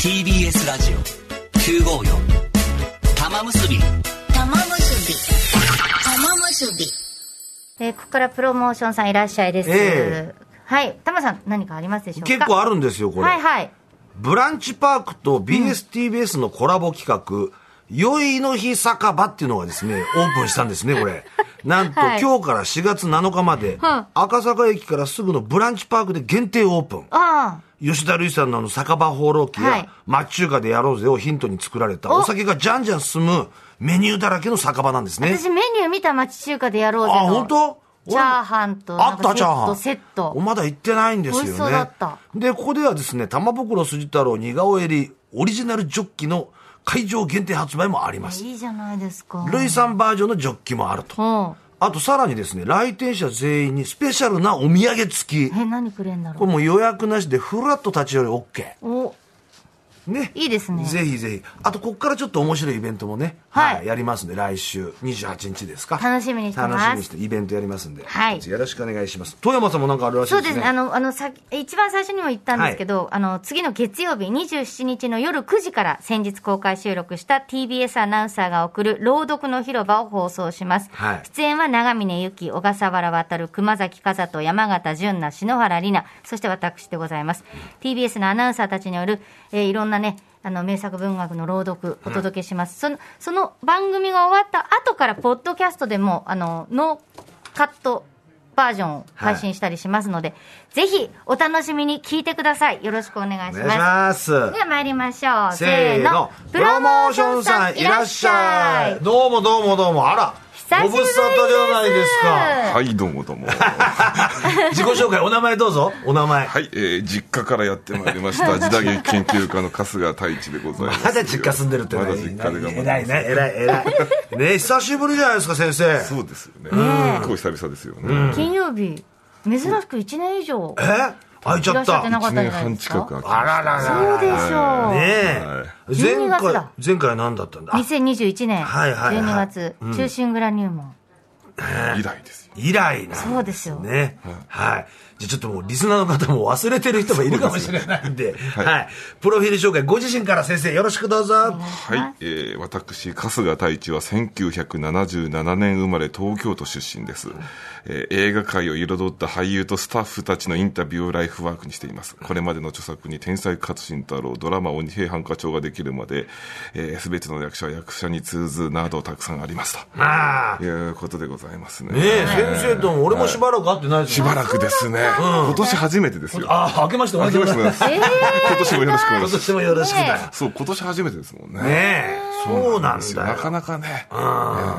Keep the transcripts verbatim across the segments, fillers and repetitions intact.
ティービーエス ラジオきゅうごーよん玉結び玉結び玉結び、 えー、ここからプロモーションさんいらっしゃいです、えー、はい玉さん何かありますでしょうか。 結構あるんですよこれ。 はいはい。 ブランチパークと ビーエスティービーエス のコラボ企画、うんよいの日酒場っていうのがですね、オープンしたんですね、これ。なんと、はい、今日からしがつなのかまで、はあ、赤坂駅からすぐのブランチパークで限定オープン。あ吉田類さんのあの酒場放浪記や、はい、町中華でやろうぜをヒントに作られた、お酒がじゃんじゃん進むメニューだらけの酒場なんですね。 私メニュー見た町中華でやろうぜの。 あ、本当？ チャーハンと、 あったチャーハン。 セット。 まだ行ってないんですよね。 美味しそうだった。 で、ここではですね、玉袋筋太郎似顔絵入りオリジナルジョッキの会場限定発売もあります。 いいじゃないですか。 ルイさんバージョンのジョッキもあると。うん、あとさらにですね、来店者全員にスペシャルなお土産付き。 え、何くれんだろう。 これもう予約なしでフラッと立ち寄り OK。 おね。 いいですね。 ぜひぜひ。あと、ここからちょっと面白いイベントもね、はい、はい、やりますんで、来週にじゅうはちにちですか。 楽しみにしてます。 楽しみにしてイベントやりますんで、 はい。 よろしくお願いします。富山さんもなんかあるらしいですね。 そうですね。あの、あの、さ一番最初にも言ったんですけど、はい、あの、次の月曜日にじゅうしちにちの夜くじから先日公開収録した ティービーエス アナウンサーが送る朗読の広場を放送します。はい、出演は長峰由紀、小笠原渉、熊崎風人、山形純奈、篠原里奈、そして私でございます。うん、ティービーエス のアナウンサーたちによる、えー、いろんなね、あの名作文学の朗読お届けします、うん、そのその番組が終わった後からポッドキャストでもあのノーカットバージョンを配信したりしますので、はい、ぜひお楽しみに聞いてください。よろしくお願いします。お願いします。では参りましょう。 せーの、プロモーションさんいらっしゃい。どうもどうもどうも。あらご無沙汰じゃないですか。 はいどうもどうも自己紹介お名前どうぞ。お名前。 はい、えー、実家からやってまいりました時代劇研究家の春日太一でございます。 まだ実家住んでるってね。 まだ実家で頑張ってます。 偉いね偉い偉いね。久しぶりじゃないですか先生。 そうですよね。結構久々ですよね、うん、 金曜日珍しくいちねん以上え空いちゃった。 いちねんはん近く空きました。 あらららそうでしょうねえ、前回前回は何だったんだ。 にせんにじゅういちねんはいはいはい、 じゅうにがつ、うん、中心蔵入門以来ですよ。 以来なんですね。そうですよね。はい。じゃあちょっともうリスナーの方も忘れてる人もいるかもしれないんで、ではい、はい。プロフィール紹介ご自身から先生よろしくどうぞ。 はい。えー、私春日太一はせんきゅうひゃくななじゅうななねん生まれ東京都出身です。えー、映画界を彩った俳優とスタッフたちのインタビューをライフワークにしています。これまでの著作に天才勝新太郎、ドラマ鬼平犯科帳ができるまで、えー、全ての役者は役者に通ずなどたくさんありますと。ああ。いうことでございますね。 ねえ、先生とも俺もしばらく会ってないですよね。しばらくですね。うん、今年初めてですよ。 ああ、明けましておめでとうございます。 えー、今年もよろしくお願いします。 今年もよろしくだよ。 そう、今年初めてですもんね。 ねえ。そうなんですよ。 なかなかね、うん、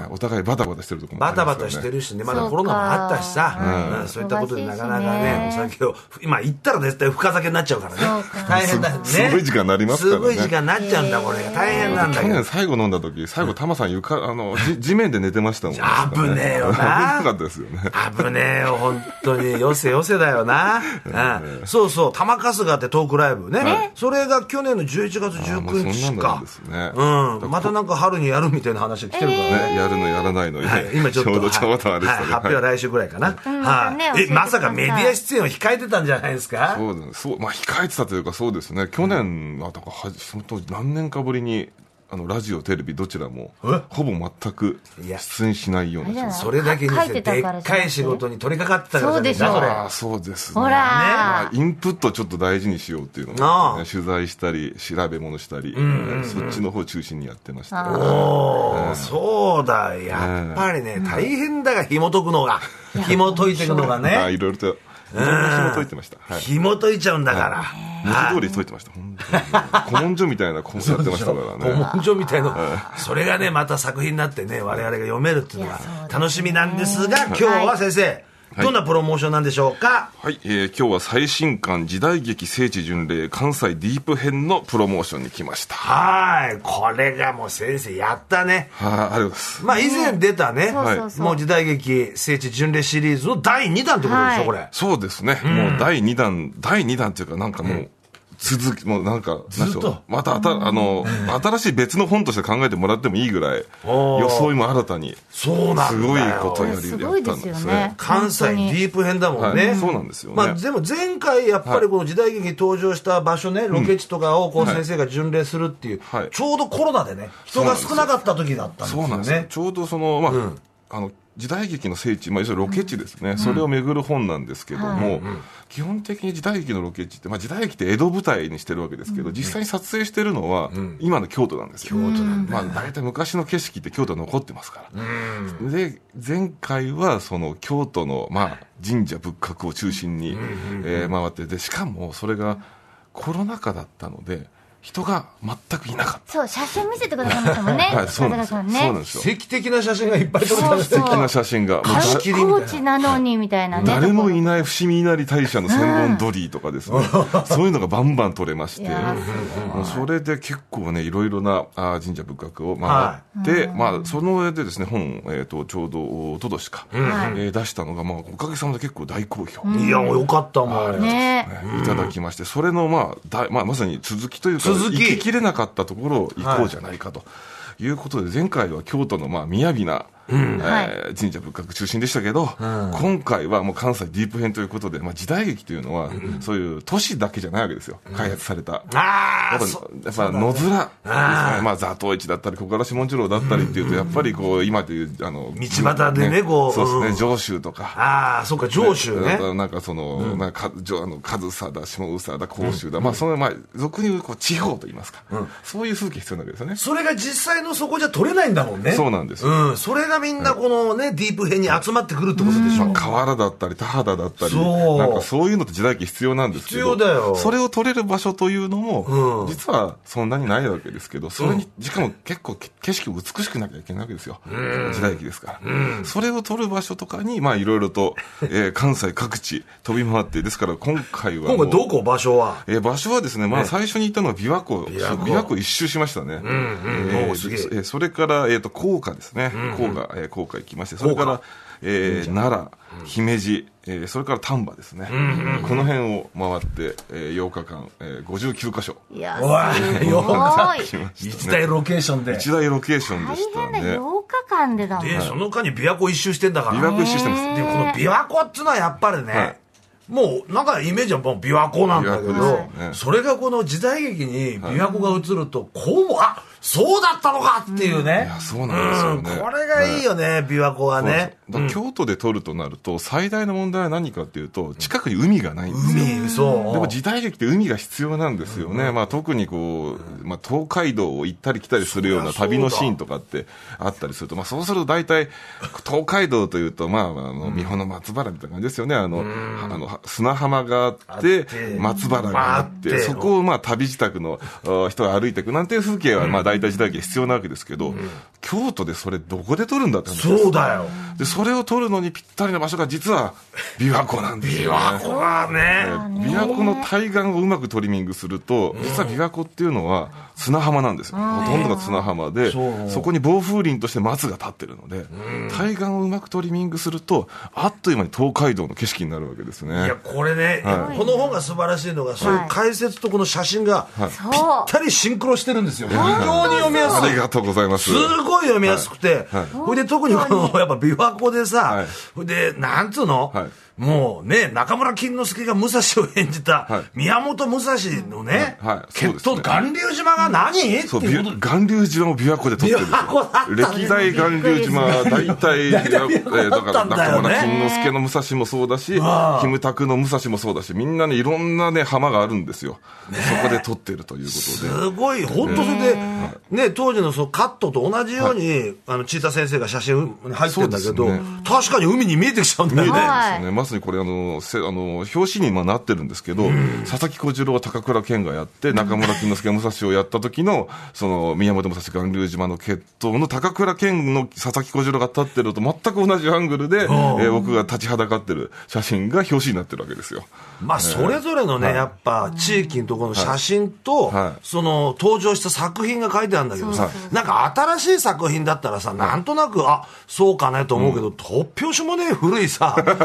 お互いバタバタしてるところもありますよね。 バタバタしてるしね、まだコロナもあったしさ、うんうん、そういったことでなかなかね、お酒を、今行ったら絶対深酒になっちゃうからね。大変だね。 すごい時間になりますからね。 すごい時間になっちゃうんだ、これが。大変なんだけど。 去年最後飲んだ時、最後タマさん床、あの、地面で寝てましたもんね。 危ねえよな。 危なかったですよね。 危ねえよ、本当に。よせよせだよな。うん、そうそう、玉春日ってトークライブね。はい、それが去年のじゅういちがつじゅうくにちか。 ね、 うん。またなんか春にやるみたいな話が来てるからね。 ね、やるのやらないの、 はい、今ちょっと。 ちょうどちょうどあれですね。発表は来週ぐらいかな。はい。え、まさかメディア出演を控えてたんじゃないですか。 そうです。そう、まあ控えてたというかそうですね。去年は、だからはじ、その当時何年かぶりに、あのラジオテレビどちらもほぼ全く出演しないような。 それだけにでっかい仕事に取り掛かってたからじゃないですか。そうですね。 ほら、 インプットちょっと大事にしようっていうのを、ね、取材したり調べ物したり、うんうんうん、そっちの方中心にやってました。 おー、そうだ、やっぱりね、大変だが紐解くのが紐解いていくのがね。 いろいろと紐解いてました。 はい、紐解いちゃうんだから。 文字通り解いてました。本当に古文書みたいな本やってましたからね。 古文書みたいな。それがね、また作品になってね、我々が読めるっていうのが楽しみなんですが、今日は先生、はい、どんなプロモーションなんでしょうか。 はい、えー、今日は最新刊時代劇聖地巡礼関西ディープ編のプロモーションに来ました。 はい、これがもう先生やったね。 はい、ありがとうございます。 まあ以前出たね、はい、もう時代劇聖地巡礼シリーズのだいにだんってことでしょ、はい、これ。 そうですね、うん、もうだいにだんだいにだんっていうかなんかもう、うん、 続き、もうなんか、 ずっとまたあた、あの、新しい別の本として考えてもらってもいいぐらい、装いも新たに、 そうなんだよすごいことやりすやごいでったんですね。 すよね。 関西ディープ編だもんね、 はい、そうなんですよね。 まあ、でも前回やっぱりこの時代劇に登場した場所ね、ロケ地とかをこう先生が巡礼するっていう、 はい、 ちょうどコロナでね、人が少なかった時だったんですよね。 そうなんですよ。ちょうどその、まあ、うん、あの、時代劇の聖地、まあ、要するにロケ地ですね、うん、それを巡る本なんですけども、うん、基本的に時代劇のロケ地って、まあ、時代劇って江戸舞台にしてるわけですけど、うん、実際に撮影してるのは、うん、今の京都なんですよ。京都なんだ、ね、まあ、大体昔の景色って京都は残ってますから、うん、で前回はその京都の、まあ、神社仏閣を中心に、うんえー、回ってでしかもそれがコロナ禍だったので人が全くいなかった。 そう、写真見せてくださいましたもんね。 はい、そうなんですよ。 ね、 そうなんですよ。 奇跡的な写真がいっぱい撮れたんですよ。 素敵な写真が。 観光地なのにみたいなね。 誰もいない伏見稲荷大社の千本鳥居とかですね。そういうのがバンバン撮れまして、もうそれで結構ね、いろいろなあ神社仏閣を回って、はい、まあ、その上でですね、本、えっと、ちょうど、おととしか、うんえー、出したのが、まあ、おかげさまで結構大好評。 いや、よかったもん。 ね。 いただきまして、それの、まあ、だまあ、まさに続きというか、続き。行ききれなかったところを行こうじゃないかということで、前回は京都のまあ雅な、うんえー、神社仏閣中心でしたけど、うん、今回はもう関西ディープ編ということで、まあ、時代劇というのは、うん、そういう都市だけじゃないわけですよ、うん、開発された。あやっぱやっぱ野面ですね、まあ、座頭市だったり小柄下次郎だったりっていうと、やっぱりこう今というあの道端でね、こうそうですね、上州とか、 ああそうか上州ね、 なんかその、うん、なんかあの上総だ下総だ甲州だ、うん、まあそのまあ俗に言うこう地方といいますか、うん、そういう風景必要なわけですよね。 それが実際のそこじゃ取れないんだもんね。 そうなんですよ、 うん、それがみんなこのね、ディープ編に集まってくるってことでしょ。 河原だったり田畑だったり、なんかそういうのって時代劇必要なんですけど、 必要だよ。 それを撮れる場所というのも、うん、実はそんなにないわけですけど、それにしかも結構景色美しくなきゃいけないわけですよ、うん、時代劇ですから、うん、それを撮る場所とかにまあいろいろと、えー、関西各地飛び回って、ですから今回は今回どこ場所は、 えー、場所はですね、まあ、最初に行ったのは琵琶湖、琵琶湖一周しましたね、うんうんえー、すげえ、えー、それから、えー、と甲賀ですね、うんうん、甲賀、えー、甲賀行きまして、それからえー、奈良、姫路、えー、それから丹波ですね、うんうんうん、この辺を回って、えー、ようかかん、えー、ごじゅうきゅうかしょ。 いやすごい一大ロケーションで一大ロケーションでしたね。 大変だ、ようかかんでだもん。 でその間に琵琶湖一周してんだから。 琵琶湖一周してます。 でもこの琵琶湖っていうのはやっぱりね、はい、もうなんかイメージはもう琵琶湖なんだけど、ね、それがこの時代劇に琵琶湖が映ると、こうもあそうだったのかっていうね、うん、 いやそうなんですよね、 うん、これがいいよね、はい、琵琶湖はね。 だ京都で撮るとなると最大の問題は何かっていうと、近くに海がないんですよ。 海、そう。 でも時代劇って海が必要なんですよね、うんまあ、特にこう、まあ、東海道を行ったり来たりするような旅のシーンとかってあったりすると、まあ、そうすると大体東海道というと、まあ、あの三保の松原みたいな感じですよね。あの、うん、あの砂浜があって松原があって、そこをまあ旅支度の人が歩いていくなんていう風景はまあ大体時代劇必要なわけですけど、うん、京都でそれどこで撮るんだって話です。 そうだよ。 でそれを撮るのにぴったりな場所が実は琵琶湖なんですよね。 琵琶湖はね、 琵琶湖の対岸をうまくトリミングすると、実は琵琶湖っていうのは砂浜なんですよ。ほとんどが砂浜で、そこに防風林として松が立ってるので、対岸をうまくトリミングするとあっという間に東海道の景色になるわけですね。 いやこれね、はい、この本が素晴らしいのが、そういう解説とこの写真がぴったりシンクロしてるんですよ。非常に読みやすい。 ありがとうございます。 すごい読みやすくて、はいはい、ほいで特にこのやっぱ琵琶湖でさ、はい、ほいでなんつうの、はい、もうね、中村金之助が武蔵を演じた宮本武蔵のね、はいはい、決闘、巌流島が何、うん、 そうっていうこと。巌流島も琵琶湖で撮ってるんですよ。歴代巌流島は大体だから中村金之助の武蔵もそうだし、キムタクの武蔵もそうだし、みんなねいろんなね浜があるんですよ、ね、そこで撮ってるということで、 すごい本当。それで、ね、当時のそのカットと同じように、はい、あの千田先生が写真に入ってるんだけど、ね、確かに海に見えてきちゃうんだよね。見えてですね。まさにこれあのせあの表紙に今なってるんですけど、うん、佐々木小次郎は高倉健がやって中村金之助が武蔵をやった時のその宮本武蔵巌流島の決闘の高倉健の佐々木小次郎が立ってると全く同じアングルで、えー、僕が立ちはだかってる写真が表紙になってるわけですよ。 まあ、それぞれのね、えー、やっぱ地域のところの写真と、はい、その登場した作品が書いてあるんだけどさ、はい、なんか新しい作品だったらさ、なんとなくあそうかねと思うけど、うん、突拍子もね古いさそうです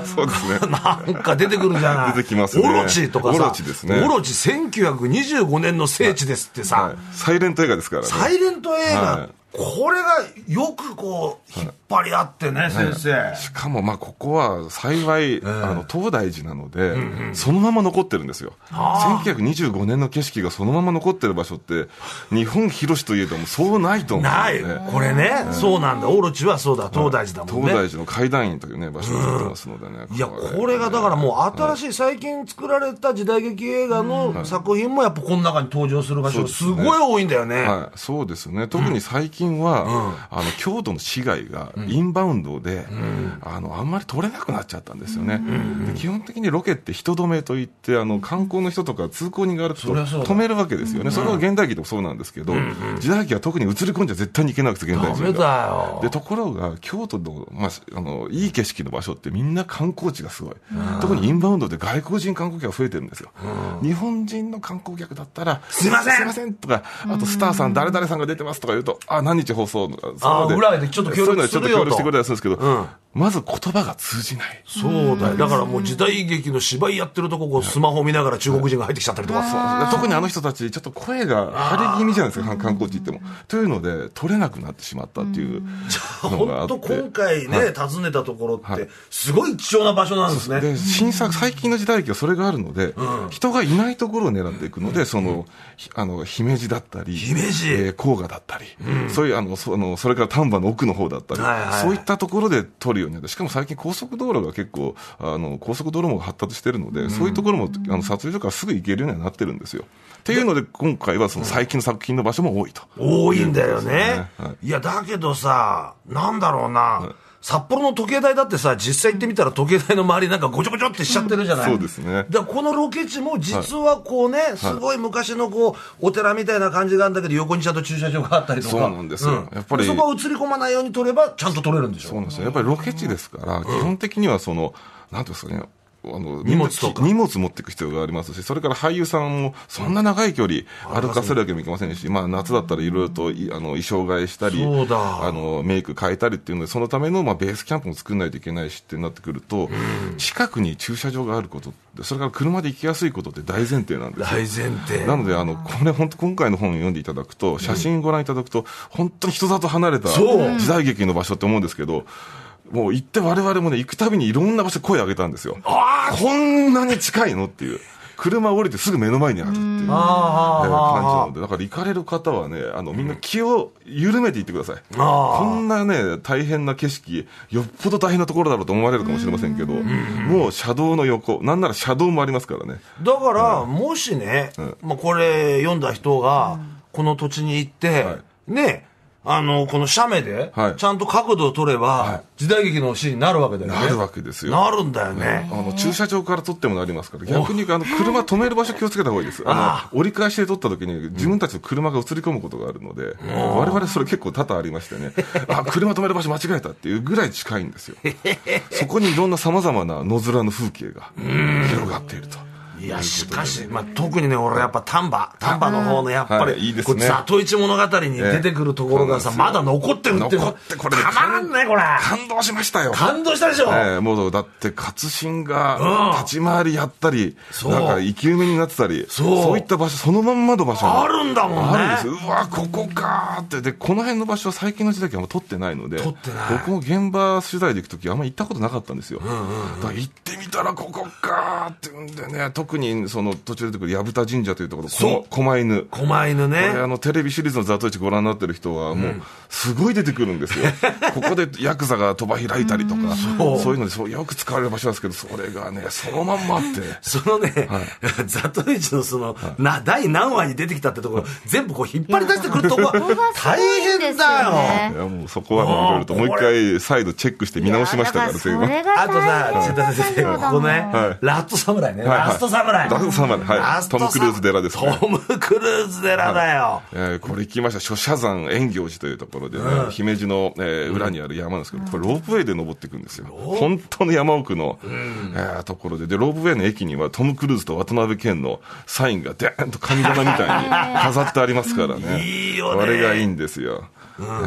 ね。 なんか出てくるじゃない。 出てきますね。 オロチとかさ。 オロチですね。 オロチせんきゅうひゃくにじゅうごねんの聖地ですってさ。はいはい、 サイレント映画ですからね。 サイレント映画。 はい、 これがよくこう引っ張り合ってね、はい、先生。 しかもまあここは幸い、えー、あの東大寺なので、うんうん、そのまま残ってるんですよ。せんきゅうひゃくにじゅうごねんの景色がそのまま残ってる場所って日本広しといえどもそうないと思うんですよね。 ない。これね、えー、そうなんだ。オロチはそうだ。東大寺だもんね。 東大寺の階段院というね場所になってますのでね。 うん、いやこれがだからもう新しい最近作られた時代劇映画の作品もやっぱこの中に登場する場所がすごい多いんだよね。 はい、そうですね。特に最近は、うんあの京都の市街がインバウンドで、うん、あのあんまり取れなくなっちゃったんですよね、うん、で基本的にロケって人止めといってあの観光の人とか通行人が歩くと止めるわけですよね。 そ, それは現代劇でもそうなんですけど、うん、時代劇は特に映り込んじゃ絶対にいけなくて現代人がでところが京都の、まあ、あのいい景色の場所ってみんな観光地がすごい、うん、特にインバウンドで外国人観光客が増えてるんですよ、うん、日本人の観光客だったらすいませんすいませんとかあとスターさん誰々さんが出てますとか言うとあ何日放送あ裏でちょっと協力するよと。 ちょっと協力してくれたりするんですけど、うん、まず言葉が通じない。 そうだよ。だからもう時代劇の芝居やってるとここうスマホ見ながら中国人が入ってきちゃったりとか。 そう特にあの人たちちょっと声が張れ気味じゃないですか観光地行っても。というので取れなくなってしまったっていうのがあって。 本当今回ね、はい、訪ねたところってすごい貴重な場所なんですね。 で新作最近の時代劇はそれがあるので、うん、人がいないところを狙っていくので、その、うん、あの姫路だったり、 姫路、 えー、甲賀だったり、うん、そういうあの そ, あのそれから丹波の奥の方だったり、はいはい、そういったところで撮るようになって、しかも最近高速道路が結構あの高速道路も発達してるので、うん、そういうところもあの撮影所からすぐ行けるようにはなってるんですよ。っていうので今回はその最近の作品の場所も多いと、 うん、多いんだよね、はい、いやだけどさなんだろうな、はい、札幌の時計台だってさ実際行ってみたら時計台の周りなんかごちょごちょってしちゃってるじゃない、 うん、そうですね。 だからこのロケ地も実はこうね、はい、すごい昔のこうお寺みたいな感じがあるんだけど横にちゃんと駐車場があったりとか。 そうなんです、うん、やっぱりそこは映り込まないように撮ればちゃんと撮れるんでしょ。 そうなんですよ。やっぱりロケ地ですから、うん、基本的にはそのなんていうんですかね、あの荷物とか荷物持っていく必要がありますし、それから俳優さんもそんな長い距離歩かせるわけにもいきませんし、まあ、夏だったらいろいろとあの衣装替えしたりあのメイク変えたりっていうのでそのためのまあベースキャンプも作らないといけないしってなってくると、うん、近くに駐車場があることそれから車で行きやすいことって大前提なんですよ。 大前提なのであのこれ本当今回の本を読んでいただくと写真ご覧いただくと本当に人里離れた時代劇の場所って思うんですけど、もう行って我々もね行くたびにいろんな場所で声を上げたんですよ。あこんなに近いのっていう車を降りてすぐ目の前にあるっていう、えー、感じなので、だから行かれる方はねあのみんな気を緩めていってください。こんなね大変な景色よっぽど大変なところだろうと思われるかもしれませんけど、もう車道の横なんなら車道もありますからね。 だから、うん、もしね、うんまあ、これ読んだ人がこの土地に行って、はい、ねあのこの斜面でちゃんと角度を取れば、はい、時代劇のシーンになるわけだよね。 なるわけですよ。 なるんだよね。 あの駐車場から撮ってもなりますから、逆にあの車止める場所気をつけた方がいいです。あの折り返しで撮った時に自分たちの車が映り込むことがあるので、うん、我々それ結構多々ありましてねあ車止める場所間違えたっていうぐらい近いんですよそこにいろんなさまざまな野面の風景が広がっていると。 いやしかし、まあ、特にね俺やっぱ丹波丹波の方のやっぱり、はい、いいですね、里市物語に出てくるところがさ、えー、まだ残ってるっていうの残ってこれたまらんねこれ。 感動しましたよ。 感動したでしょ、 えー、もうだって勝新が立ち回りやったり、うん、なんか生き埋めになってたり そ, うそういった場所そのまんまの場所あるんだもんね。 あるんです。うわここかーってでこの辺の場所は最近の時代劇は撮ってないので撮ってない。 僕も現場取材で行くときあんまり行ったことなかったんですよ、うんうんうん、だから行ってみたらここかーって言うんでね。特にその途中で出てくる薮田神社というところこ狛犬狛犬ね。 これあのテレビシリーズのザトイチご覧になってる人はもうすごい出てくるんですよ、うん、ここでヤクザが鳥羽開いたりとかそうそういうのでそうよく使われる場所なんですけどそれがねそのまんまあってそのね、はい、ザトイチのその、はい、な第何話に出てきたってところ全部こう引っ張り出してくるとこは大変だよ、 ね、いやもうそこはもういろいろともう一回再度チェックして見直しましたから全部。 あとさ千田先生ここね、はい、ラット侍ね、はいはい、ラスト侍ラスト侍はいトム・クルーズ寺ですね。 トム・クルーズ寺だよ、 はいえー、これ行きました諸社山円行寺というところで、ねうん、姫路の、えー、裏にある山なんですけど、これロープウェイで登っていくんですよ。本当の山奥の、うんえー、ところででロープウェイの駅にはトム・クルーズと渡辺謙のサインがデーンと神棚みたいに飾ってありますからね。いいよね。これがいいんですよ、うんね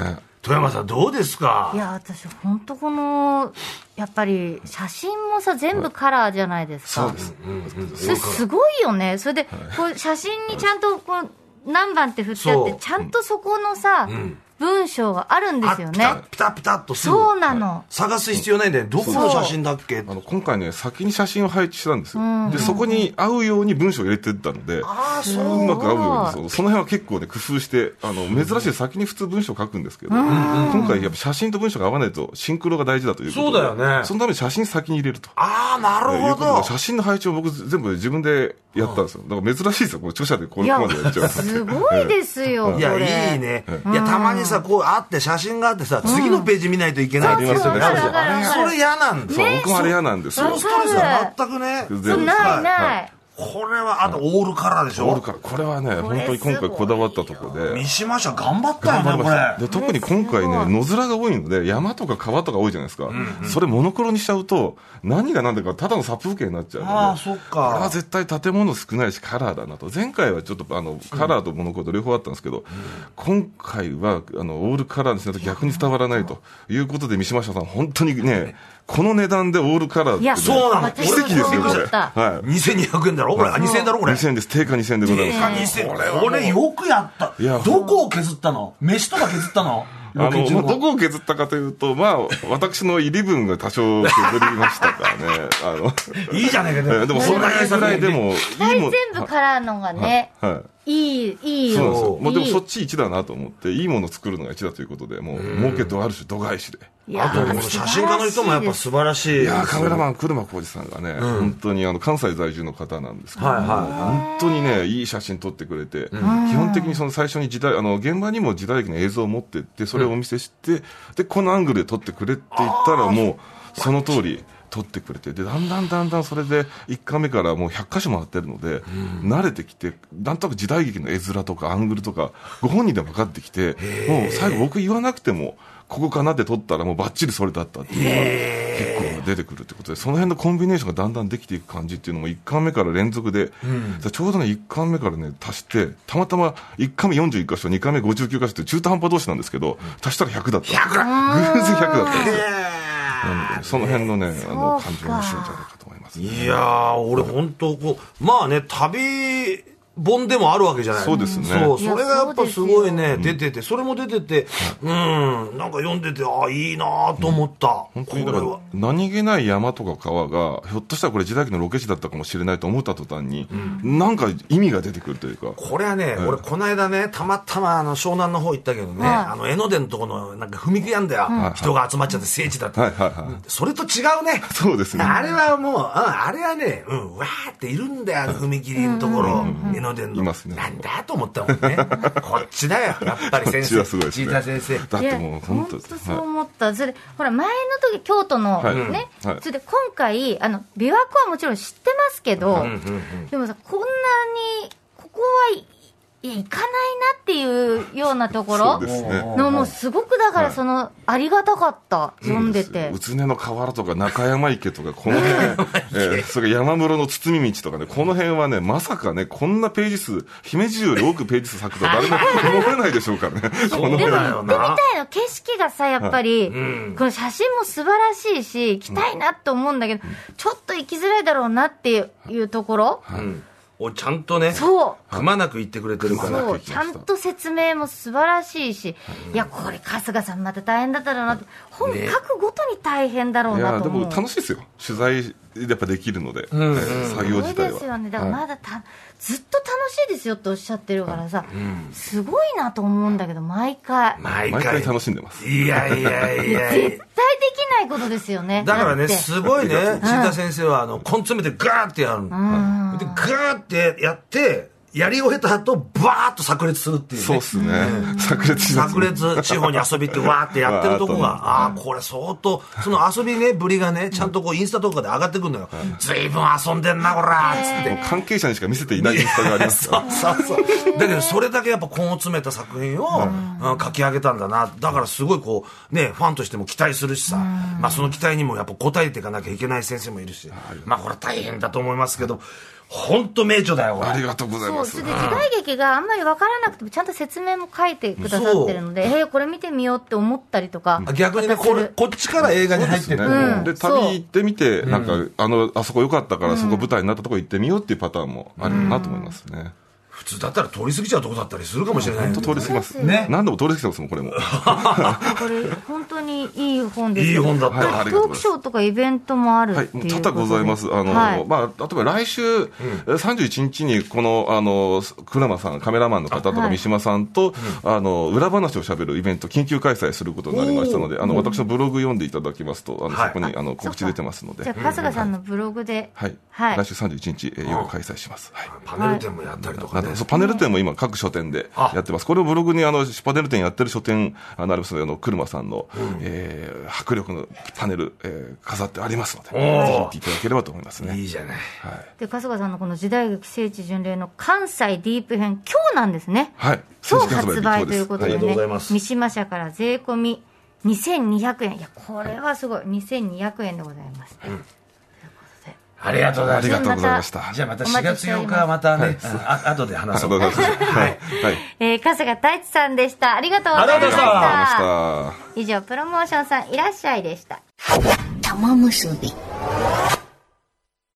富山さんどうですか？ いや、私本当このやっぱり写真もさ全部カラーじゃないですか。 そうです、うんうん、 それすごいよね。それでこう写真にちゃんとこう何番って振ってあってちゃんとそこのさ、うん、文章があるんですよね。 ピタピタっとすぐそうなの、はい、 探す必要ないんだよ。どこの写真だっけ？ あの今回ね先に写真を配置したんですよ、うん、でそこに合うように文章を入れてったので、あそううまく合うようにその辺は結構ね工夫してあの珍しい先に普通文章を書くんですけど、うん、今回やっぱ写真と文章が合わないとシンクロが大事だということで、 そうだよね。 そのために写真先に入れると。 ああなるほど。 写真の配置を僕全部自分でやったんですよ。だから珍しいですよこの著者でここまでやっちゃう。 すごいですよ。 いやいいね。いやたまにさこうあって写真があってさ、うん、次のページ見ないといけないっていうのがあるじゃん。それ嫌なんですよ。 僕もあれ嫌なんですよ。 そのストレスは全くね。 そうないない。 これはあとオールカラーでしょ。 オールカラーこれはね本当に今回こだわったところで三島社頑張ったよねこれで。特に今回ね野面が多いので山とか川とか多いじゃないですか、うんうん、それモノクロにしちゃうと何が何だかただの殺風景になっちゃうので、 ああそっか、 これは絶対建物少ないしカラーだなと。前回はちょっとあのカラーとモノクロと両方あったんですけど、うん、今回はあのオールカラーにしないと逆に伝わらないということで三島社さん本当にねこの値段でオールカラーって、ね、 いやそうなの奇跡ですよこれ、 はい、にせんにひゃくえんだろこれ、はい、にせんえんだろこれ。 にせんえんです。定価にせんえんでございます。 にせんえんこれこれよくやった。いやどこを削ったの？飯とか削ったの？ あのまあ、どこを削ったかというと、まあ、私の入り分が多少削りましたからね。あのいいじゃないかね。 でもそんなにぐらいでもいいもん。全部カラーのがね、はいはい、いいいいよ。 そうなんですよ。まあ、でもそっちいちだなと思っていいものを作るのがいちだということで、もう儲けとある種度外視で。 あとこの写真家の人もやっぱ素晴らしい。 いやカメラマン車浩二さんがね、うん、本当にあの関西在住の方なんですけど、 はいはいはい、 本当にねいい写真撮ってくれて、うん、基本的にその最初に時代あの現場にも時代劇の映像を持ってってそれをお見せして、うん、でこのアングルで撮ってくれって言ったらもうその通り撮ってくれて、でだんだんだんだんそれでいっかいめからもうひゃっかしょ回ってるので、うん、慣れてきてなんとなく時代劇の絵面とかアングルとかご本人で分かってきて、もう最後僕言わなくてもここかなって撮ったらもうバッチリそれだったっていうのが結構出てくるってことで、その辺のコンビネーションがだんだんできていく感じっていうのもいっかいめから連続で、うん、ちょうどねいっかいめからね足してたまたまいっかいめよんじゅういっかしょにかいめごじゅうきゅうかしょって中途半端同士なんですけど、足したらひゃくだった。ひゃくだ偶然ひゃくだったんですよ。なのでその辺のねあの感じが面白いんじゃないかと思います、ね、 いやー俺本当こうまあね旅本でもあるわけじゃない。 そうですね。 そう、それがやっぱすごいね、出てて、それも出てて、うん、なんか読んでて、ああ、いいなと思った。 うん、本当にだから何気ない山とか川が、ひょっとしたらこれ時代劇のロケ地だったかもしれないと思った途端に、うん、なんか意味が出てくるというか。 これはね、うん、俺この間ね、たまたまあの湘南の方行ったけどね、はい、あの江ノ電のところのなんか踏切なんだよ、うん。人が集まっちゃって聖地だった。はいはいはい。それと違うね。 そうですね。 あれはもう、うん、あれはね、うん、わーっているんだよ、あの踏切のところ、江ノ電の。 いますね。 なんだと思ったもんね。こっちだよ、やっぱり先生。 こっちはすごいですね。 チータ先生。 だってもう本当そう思った。それほら前の時京都のね、はいはい、それで今回あの琵琶湖はもちろん知ってますけど、うんうんうん、でもさこんなにここはいいや行かないなっていうようなところのもうすごくだからその、はい、ありがたかった、読んでて。 宇都宮の河原とか中山池とかこの辺、えー、それ山室の包み道とかね、この辺はねまさかねこんなページ数姫路より多くページ数割くと誰も思えないでしょうからね。 そうだよな。でも行ってみたいの景色がさやっぱり、はいうん、この写真も素晴らしいし行きたいなと思うんだけど、うん、ちょっと行きづらいだろうなっていうところ、 はいうんをちゃんとね、 そうくまなく言ってくれてるから、 そうちゃんと説明も素晴らしいし、うん、いやこれ春日さんまた大変だったろうなって、本書くごとに大変だろうなと思う。 いやでも楽しいですよ、取材やっぱできるので、うんうん、作業自体はそうですよね。だからまだた、はい、ずっと楽しいですよっておっしゃってるからさ、はいうん、すごいなと思うんだけど毎回毎回、毎回楽しんでます。 いやいやいや絶対できないことですよね。 だからねすごいね千田先生はあの根詰めてガーってやるの、うん、でガーってやってやり終えた後バーッと炸裂するっていうね。 そうっすね、うん、炸裂します、 ね、炸裂地方に遊びってわーってやってるとこがああこれ相当その遊びねぶりがねちゃんとこうインスタとかで上がってくるのよ、うん、ずいぶん遊んでんなこらーっつって関係者にしか見せていないインスタがありますそうそうそうだけどそれだけやっぱ根を詰めた作品を、うんうん、書き上げたんだな。だからすごいこうねファンとしても期待するしさ、まあその期待にもやっぱ応えていかなきゃいけない先生もいるし、まあこれ大変だと思いますけど本当名著だよ、これ。 ありがとうございます。 そう、で時代劇があんまり分からなくてもちゃんと説明も書いてくださってるので、えー、これ見てみようって思ったりとか、 逆にね、これこっちから映画に入ってる、 ね、 うん、 で旅行ってみて、なんか、うん、あのあそこ良かったからそこ舞台になったとこ行ってみようっていうパターンもあるなと思いますね。うん、 普通だったら通り過ぎちゃうとこだったりするかもしれない。 本当通り過ぎます。ね。何度も通り過ぎてますもん、これも。これ、本当にいい本です。 いい本だった。 はい、トークショーとかイベントもあるっていうことで。 はい、多々ございます。あの、はい、まあ、例えば来週、うん、さんじゅういちにちに、この、あの、倉間さん、カメラマンの方とか三島さんと、はい、あの、裏話をしゃべるイベント、緊急開催することになりましたので、あの、私のブログ読んでいただきますと、あの、そこに、あの、告知出てますので。 じゃあ、春日さんのブログで。 はい。はい。来週さんじゅういちにち、夜開催します。はい。 パネル展もやったりとかね。 パネル展も今各書店でやってます。これをブログにあのパネル展やってる書店あのありますので、あの車さんの、うん、えー、迫力のパネル、えー、飾ってありますので、ぜひ見ていただければと思いますね。 いいじゃない。はい。 で春日さんのこの時代劇聖地巡礼の関西ディープ編、今日なんですね。 はい。 今日発売ということでね。 ありがとうございます。 三島社から税込みにせんにひゃくえん。いやこれはすごい、にせんにひゃくえんでございます。うん、 ありがとうございました。 ありがとうございました。 じゃあまたしがつようかはまたね、はい、あ後で話そう。 はい。はい。 えー、春日太一さんでした。ありがとうございました。 ありがとうございました。 以上、プロモーションさんいらっしゃいでした。 玉結び。